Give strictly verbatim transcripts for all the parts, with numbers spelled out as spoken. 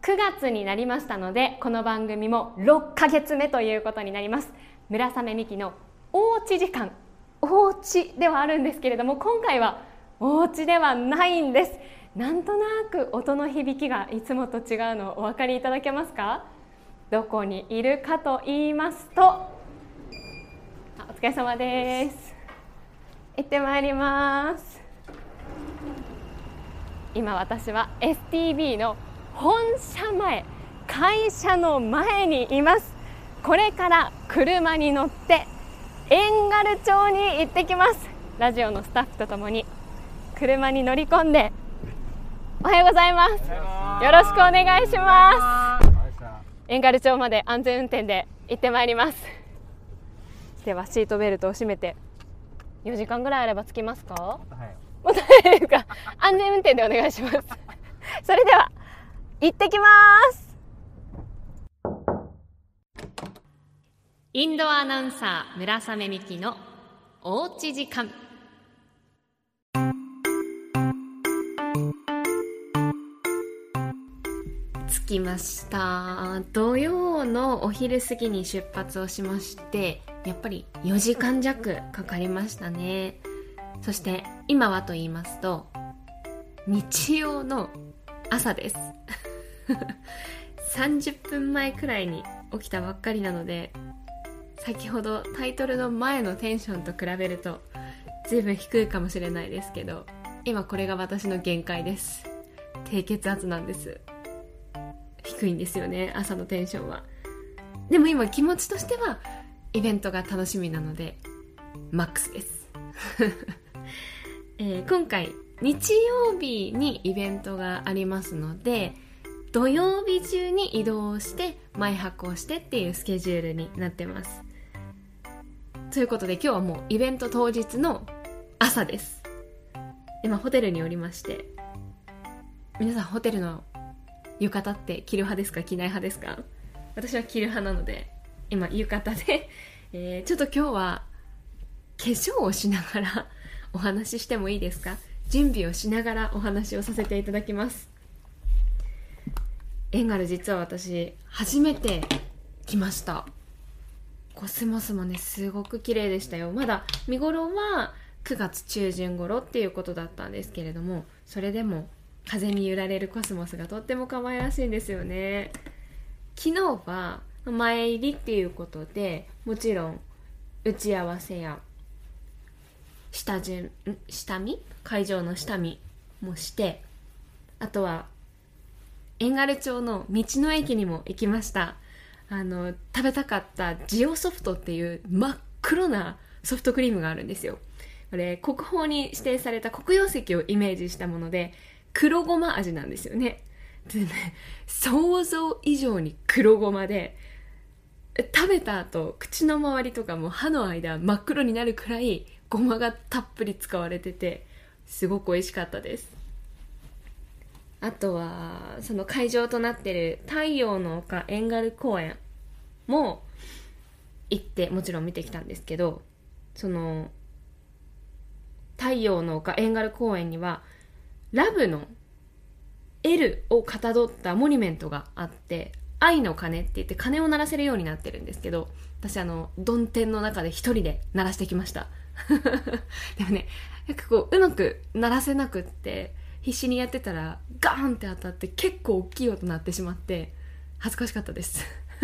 くがつになりましたので、この番組もろっかげつめということになります。村雨美希のおうち時間、おうちではあるんですけれども、今回はおうちではないんです。なんとなく音の響きがいつもと違うのをお分かりいただけますか？どこにいるかと言いますと、あ、お疲れ様です。行ってまいります。今私は エスティービー の本社前、会社の前にいます。これから車に乗って遠軽町に行ってきます。ラジオのスタッフとともに車に乗り込んで、おはようございます。よろしくお願いします。遠軽町まで安全運転で行ってまいります。ではシートベルトを締めて、よじかんぐらいあれば着きますか？もっと早いですか？安全運転でお願いします。それでは行ってきます。インドアナウンサー村雨美希のおうち時間。着きました。土曜のお昼過ぎに出発をしまして、やっぱりよじかんじゃくかかりましたね。そして今はと言いますと、日曜の朝ですさんじゅっぷんまえくらいに起きたばっかりなので、先ほどタイトルの前のテンションと比べると随分低いかもしれないですけど、今これが私の限界です。低血圧なんです。低いんですよね、朝のテンションは。でも今気持ちとしてはイベントが楽しみなのでマックスです、えー、今回日曜日にイベントがありますので、土曜日中に移動して前泊をしてっていうスケジュールになってます。ということで今日はもうイベント当日の朝です。今ホテルにおりまして、皆さんホテルの浴衣って着る派ですか、着ない派ですか？私は着る派なので今浴衣で、えー、ちょっと今日は化粧をしながらお話ししてもいいですか？準備をしながらお話をさせていただきます。遠軽、実は私初めて来ました。コスモスもねすごく綺麗でしたよ。まだ見頃はくがつ中旬頃っていうことだったんですけれども、それでも風に揺られるコスモスがとっても可愛らしいんですよね。昨日は前入りっていうことで、もちろん打ち合わせや下準下見会場の下見もして、あとは遠軽町の道の駅にも行きました。あの食べたかったジオソフトっていう真っ黒なソフトクリームがあるんですよ。これ国宝に指定された黒曜石をイメージしたもので、黒ごま味なんですよね。でね、想像以上に黒ごまで、食べた後口の周りとかも歯の間真っ黒になるくらいごまがたっぷり使われてて、すごく美味しかったです。あとはその会場となっている太陽の丘遠軽公園も行って、もちろん見てきたんですけど、その太陽の丘遠軽公園にはラブの エル をかたどったモニュメントがあって、愛の鐘って言って鐘を鳴らせるようになってるんですけど、私あの曇天の中で一人で鳴らしてきましたでもね、なんかこううまく鳴らせなくって、必死にやってたらガーンって当たって結構大きい音鳴ってしまって恥ずかしかったです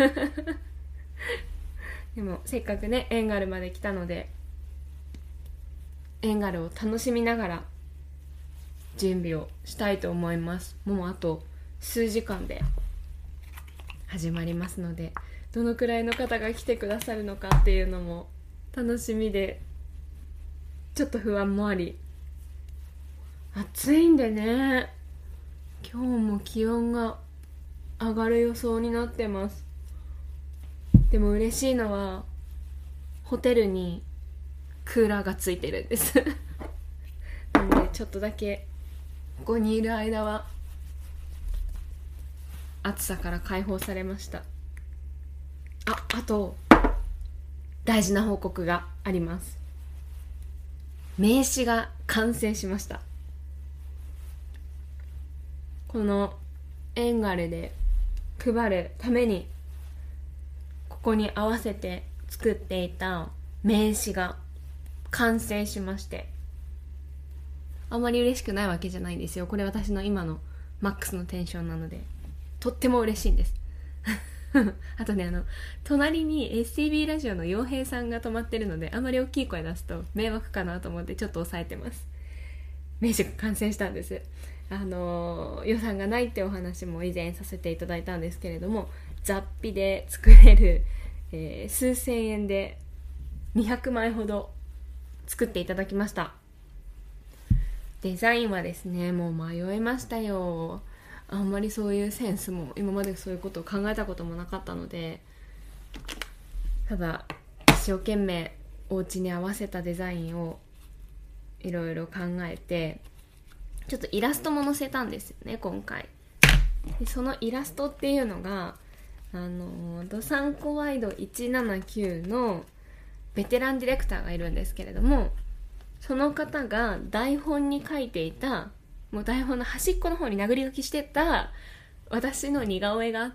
でもせっかくね遠軽まで来たので、遠軽を楽しみながら準備をしたいと思います。もうあと数時間で始まりますので、どのくらいの方が来てくださるのかっていうのも楽しみで、ちょっと不安もあり、暑いんでね、今日も気温が上がる予想になってます。でも嬉しいのはホテルにクーラーがついてるんですなのでちょっとだけここにいる間は暑さから解放されました。あ、あと大事な報告があります。名刺が完成しました。この遠軽で配るためにここに合わせて作っていた名刺が完成しまして、あんまり嬉しくないわけじゃないんですよ。これ私の今のマックスのテンションなのでとっても嬉しいんですあとね、あの隣に エスティービー ラジオの洋平さんが泊まってるので、あまり大きい声出すと迷惑かなと思ってちょっと抑えてます。名刺が完成したんです。あの予算がないってお話も以前させていただいたんですけれども、雑費で作れる、えー、数千円でにひゃくまいほど作っていただきました。デザインはですね、もう迷いましたよ。あんまりそういうセンスも今までそういうことを考えたこともなかったので、ただ一生懸命お家に合わせたデザインをいろいろ考えて、ちょっとイラストも載せたんですよね今回。でそのイラストっていうのがあのどさんこワイドいちななきゅうのベテランディレクターがいるんですけれども、その方が台本に書いていた、もう台本の端っこの方に殴り書きしてた私の似顔絵があって、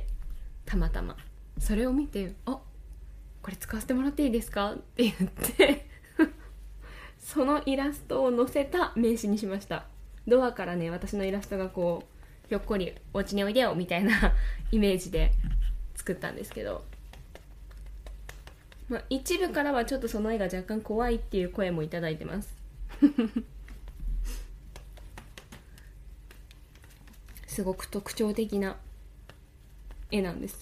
たまたまそれを見て、あ、これ使わせてもらっていいですかって言ってそのイラストを載せた名刺にしました。ドアからね、私のイラストがこうひょっこりお家においでよみたいなイメージで作ったんですけど、まあ、一部からはちょっとその絵が若干怖いっていう声もいただいてますすごく特徴的な絵なんです。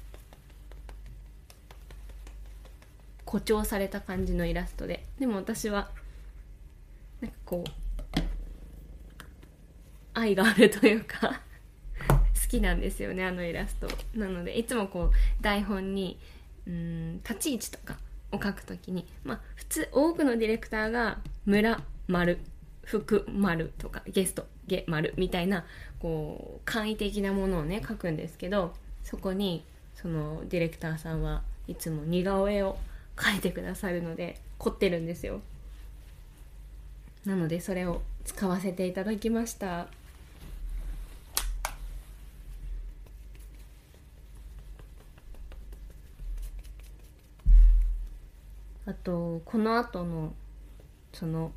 誇張された感じのイラストで、でも私はなんかこう愛があるというか好きなんですよね、あのイラスト。なのでいつもこう台本にうーん立ち位置とかを書くときに、まあ普通多くのディレクターが村丸福丸とかゲストゲ丸みたいなこう簡易的なものをね書くんですけど、そこにそのディレクターさんはいつも似顔絵を描いてくださるので凝ってるんですよ。なのでそれを使わせていただきました。あとこの後のその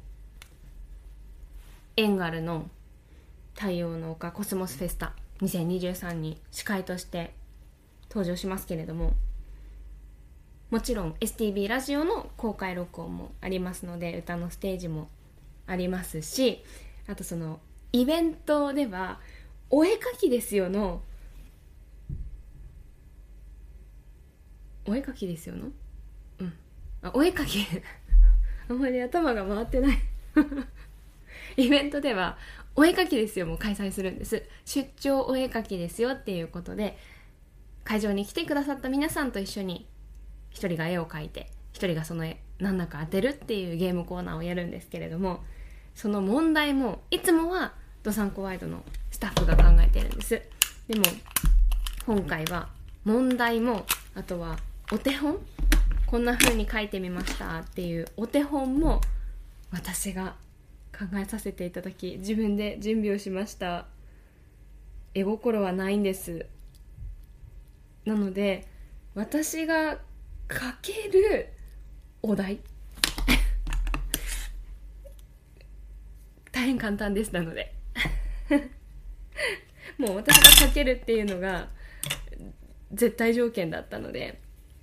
エンガルの太陽の丘コスモスフェスタにせんにじゅうさんに司会として登場しますけれども、もちろん エスティービー ラジオの公開録音もありますので、歌のステージもありますし、あとそのイベントではお絵描きですよのお絵描きですよのうんあお絵描きあんまり頭が回ってないイベントではお絵描きですよも開催するんです。出張お絵描きですよっていうことで、会場に来てくださった皆さんと一緒に一人が絵を描いて一人がその絵何だか当てるっていうゲームコーナーをやるんですけれども、その問題もいつもはどさんこワイドのスタッフが考えているんです。でも今回は問題も、あとはお手本、こんな風に書いてみましたっていうお手本も私が考えさせていただき、自分で準備をしました。絵心はないんです。なので私が書けるお題大変簡単です。なのでもう私が書けるっていうのが絶対条件だったので、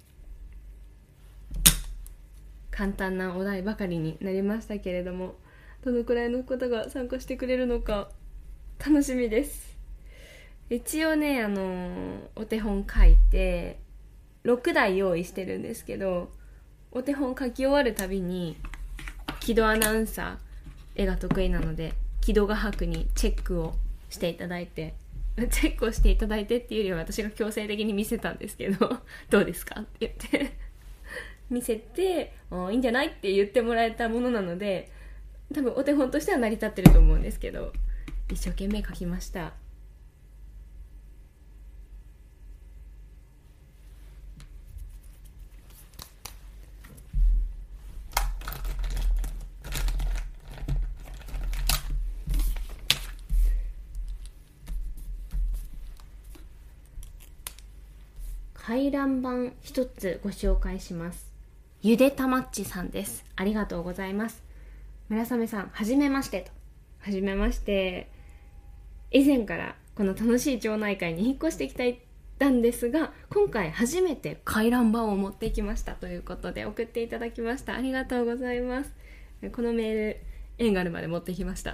簡単なお題ばかりになりましたけれども、どのくらいの方が参加してくれるのか楽しみです。一応ね、あのー、お手本書いてろくだい用意してるんですけど、お手本書き終わるたびに木戸アナウンサー絵が得意なので木戸画伯にチェックをしていただいて、チェックをしていただいてっていうよりは私が強制的に見せたんですけどどうですかって言って見せて、いいんじゃないって言ってもらえたものなので、多分お手本としては成り立ってると思うんですけど、一生懸命描きました。 回覧板一つご紹介します。ゆでたまっちさんです。ありがとうございます。村雨さん、はじめましてと。はじめまして。以前からこの楽しい町内会に引っ越してきたんですが、今回初めて回覧板を持ってきましたということで送っていただきました。ありがとうございます。このメール、縁があるまで持ってきました。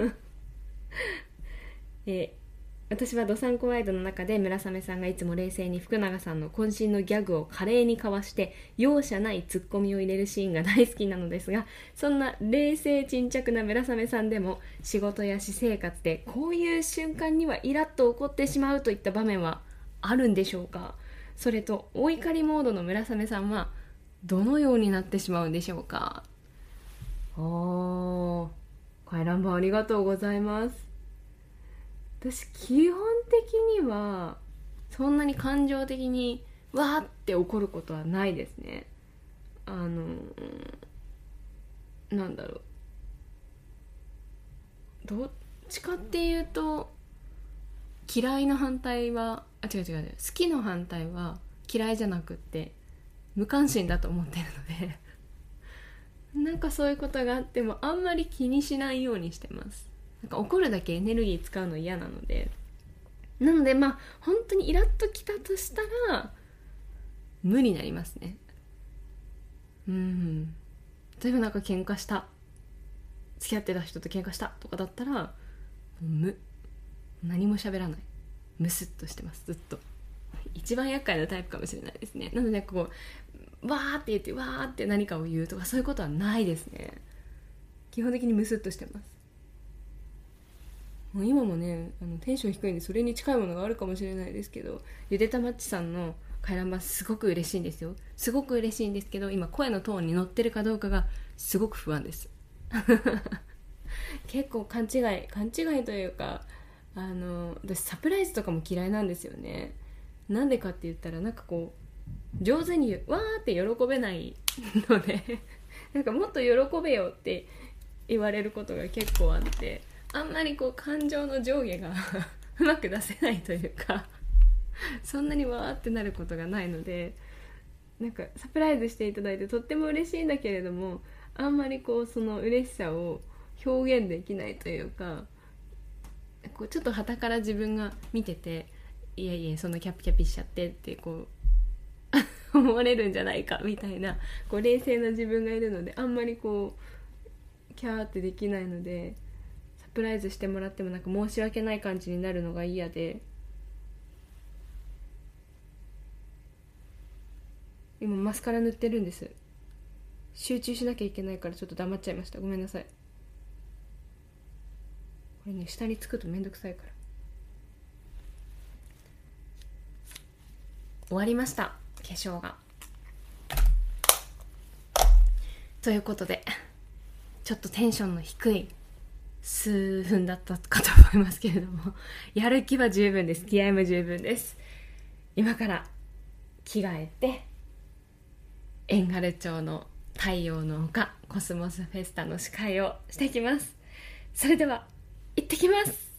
えー私はどさんこワイドの中で村雨さんがいつも冷静に福永さんの渾身のギャグを華麗にかわして容赦ないツッコミを入れるシーンが大好きなのですが、そんな冷静沈着な村雨さんでも仕事や私生活でこういう瞬間にはイラッと怒ってしまうといった場面はあるんでしょうか。それとお怒りモードの村雨さんはどのようになってしまうんでしょうか。おー、回覧板ありがとうございます。私基本的にはそんなに感情的にわーって怒ることはないですね。あのなんだろう、どっちかっていうと嫌いの反対はあ違う違う違う好きの反対は嫌いじゃなくって無関心だと思ってるのでなんかそういうことがあってもあんまり気にしないようにしてます。なんか怒るだけエネルギー使うの嫌なので、なのでまあ本当にイラッときたとしたら無になりますね。うん例えばなんか喧嘩した、付き合ってた人と喧嘩したとかだったら無何も喋らない、ムスッとしてます。ずっと一番厄介なタイプかもしれないですね。なのでこうわーって言ってわーって何かを言うとかそういうことはないですね。基本的にムスッとしてます。もう今もねあのテンション低いんでそれに近いものがあるかもしれないですけど、ゆでたまっちさんの回覧板すごく嬉しいんですよ。すごく嬉しいんですけど、今声のトーンに乗ってるかどうかがすごく不安です結構勘違い勘違いというか、あの私サプライズとかも嫌いなんですよね。なんでかって言ったらなんかこう上手にわーって喜べないのでなんかもっと喜べよって言われることが結構あって、あんまりこう感情の上下がうまく出せないというかそんなにわーってなることがないので、なんかサプライズしていただいてとっても嬉しいんだけれども、あんまりこうその嬉しさを表現できないというか、こうちょっと傍から自分が見てていやいやそのキャピキャピしちゃってってこう思われるんじゃないかみたいなこう冷静な自分がいるので、あんまりこうキャーってできないので、サプライズしてもらってもなんか申し訳ない感じになるのが嫌で、今マスカラ塗ってるんです。集中しなきゃいけないからちょっと黙っちゃいました。ごめんなさい。これね下につくとめんどくさいから。終わりました、化粧が。ということでちょっとテンションの低い数分だったかと思いますけれども、やる気は十分です。気合も十分です。今から着替えて遠軽町の太陽の丘コスモスフェスタの司会をしていきます。それでは行ってきます。